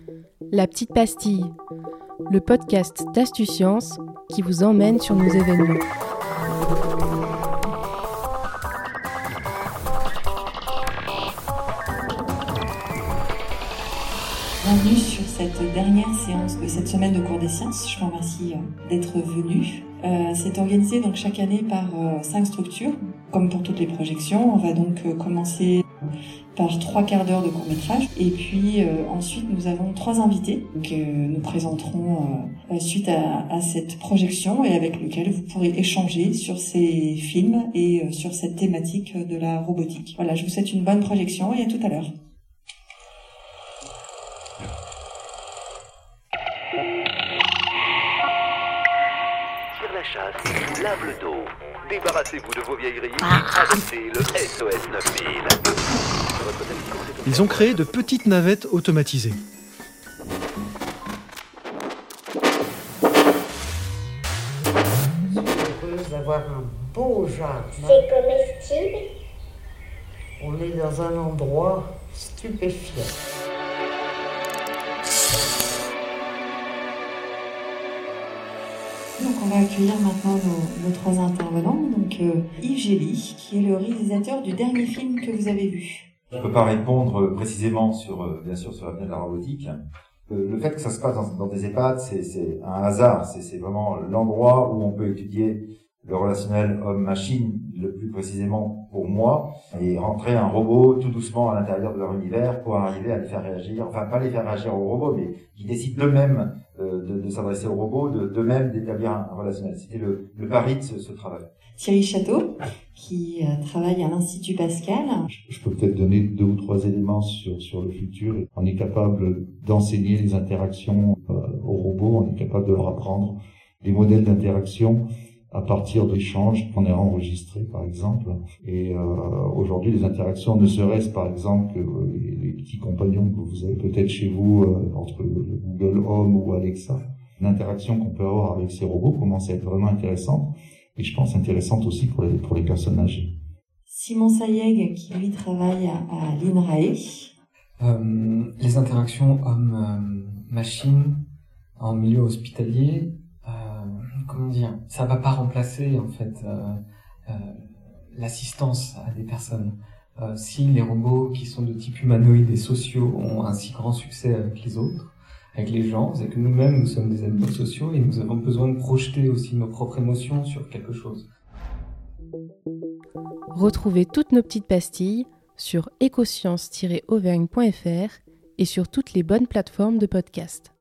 La Petite Pastille, le podcast d'Astucience qui vous emmène sur nos événements. Bienvenue sur cette dernière séance de cette semaine de cours des sciences. Je vous remercie d'être venus. C'est organisé donc chaque année par 5 structures, comme pour toutes les projections. On va donc commencer par 3 quarts d'heure de court-métrage. Et puis ensuite, nous avons 3 invités que nous présenterons suite à cette projection et avec lesquels vous pourrez échanger sur ces films et sur cette thématique de la robotique. Voilà, je vous souhaite une bonne projection et à tout à l'heure. Chasse, lave le dos, débarrassez-vous de vos vieilleries, adoptez le SOS 9000. Ils ont créé de petites navettes automatisées. Je suis heureuse d'avoir un beau jardin. C'est comestible. On est dans un endroit stupéfiant. Donc on va accueillir maintenant nos 3 intervenants. Donc Yves Gély, qui est le réalisateur du dernier film que vous avez vu. Je ne peux pas répondre précisément bien sûr sur l'avenir de la robotique. Le fait que ça se passe dans des EHPAD, c'est un hasard. C'est vraiment l'endroit où on peut étudier le relationnel homme-machine, le plus précisément pour moi, et rentrer un robot tout doucement à l'intérieur de leur univers pour arriver à les faire réagir, enfin pas les faire réagir aux robots, mais qui décident d'eux-mêmes de s'adresser aux robots, d'eux-mêmes d'établir un relationnel. C'était le pari de ce travail. Thierry Château, qui travaille à l'Institut Pascal. Je peux peut-être donner 2 ou 3 éléments sur le futur. On est capable d'enseigner les interactions aux robots, on est capable de leur apprendre les modèles d'interaction à partir d'échanges qu'on a enregistrés, par exemple. Et aujourd'hui, les interactions, ne serait-ce par exemple que les petits compagnons que vous avez peut-être chez vous, entre le Google Home ou Alexa, l'interaction qu'on peut avoir avec ces robots commence à être vraiment intéressante, et je pense intéressante aussi pour les personnes âgées. Simon Sayeg, qui lui travaille à l'INRAE. Les interactions homme-machine en milieu hospitalier, ça va pas remplacer en fait l'assistance à des personnes. Si les robots qui sont de type humanoïde et sociaux ont un si grand succès avec les autres, avec les gens, c'est que nous-mêmes nous sommes des animaux sociaux et nous avons besoin de projeter aussi nos propres émotions sur quelque chose. Retrouvez toutes nos petites pastilles sur ecosciences-auvergne.fr et sur toutes les bonnes plateformes de podcast.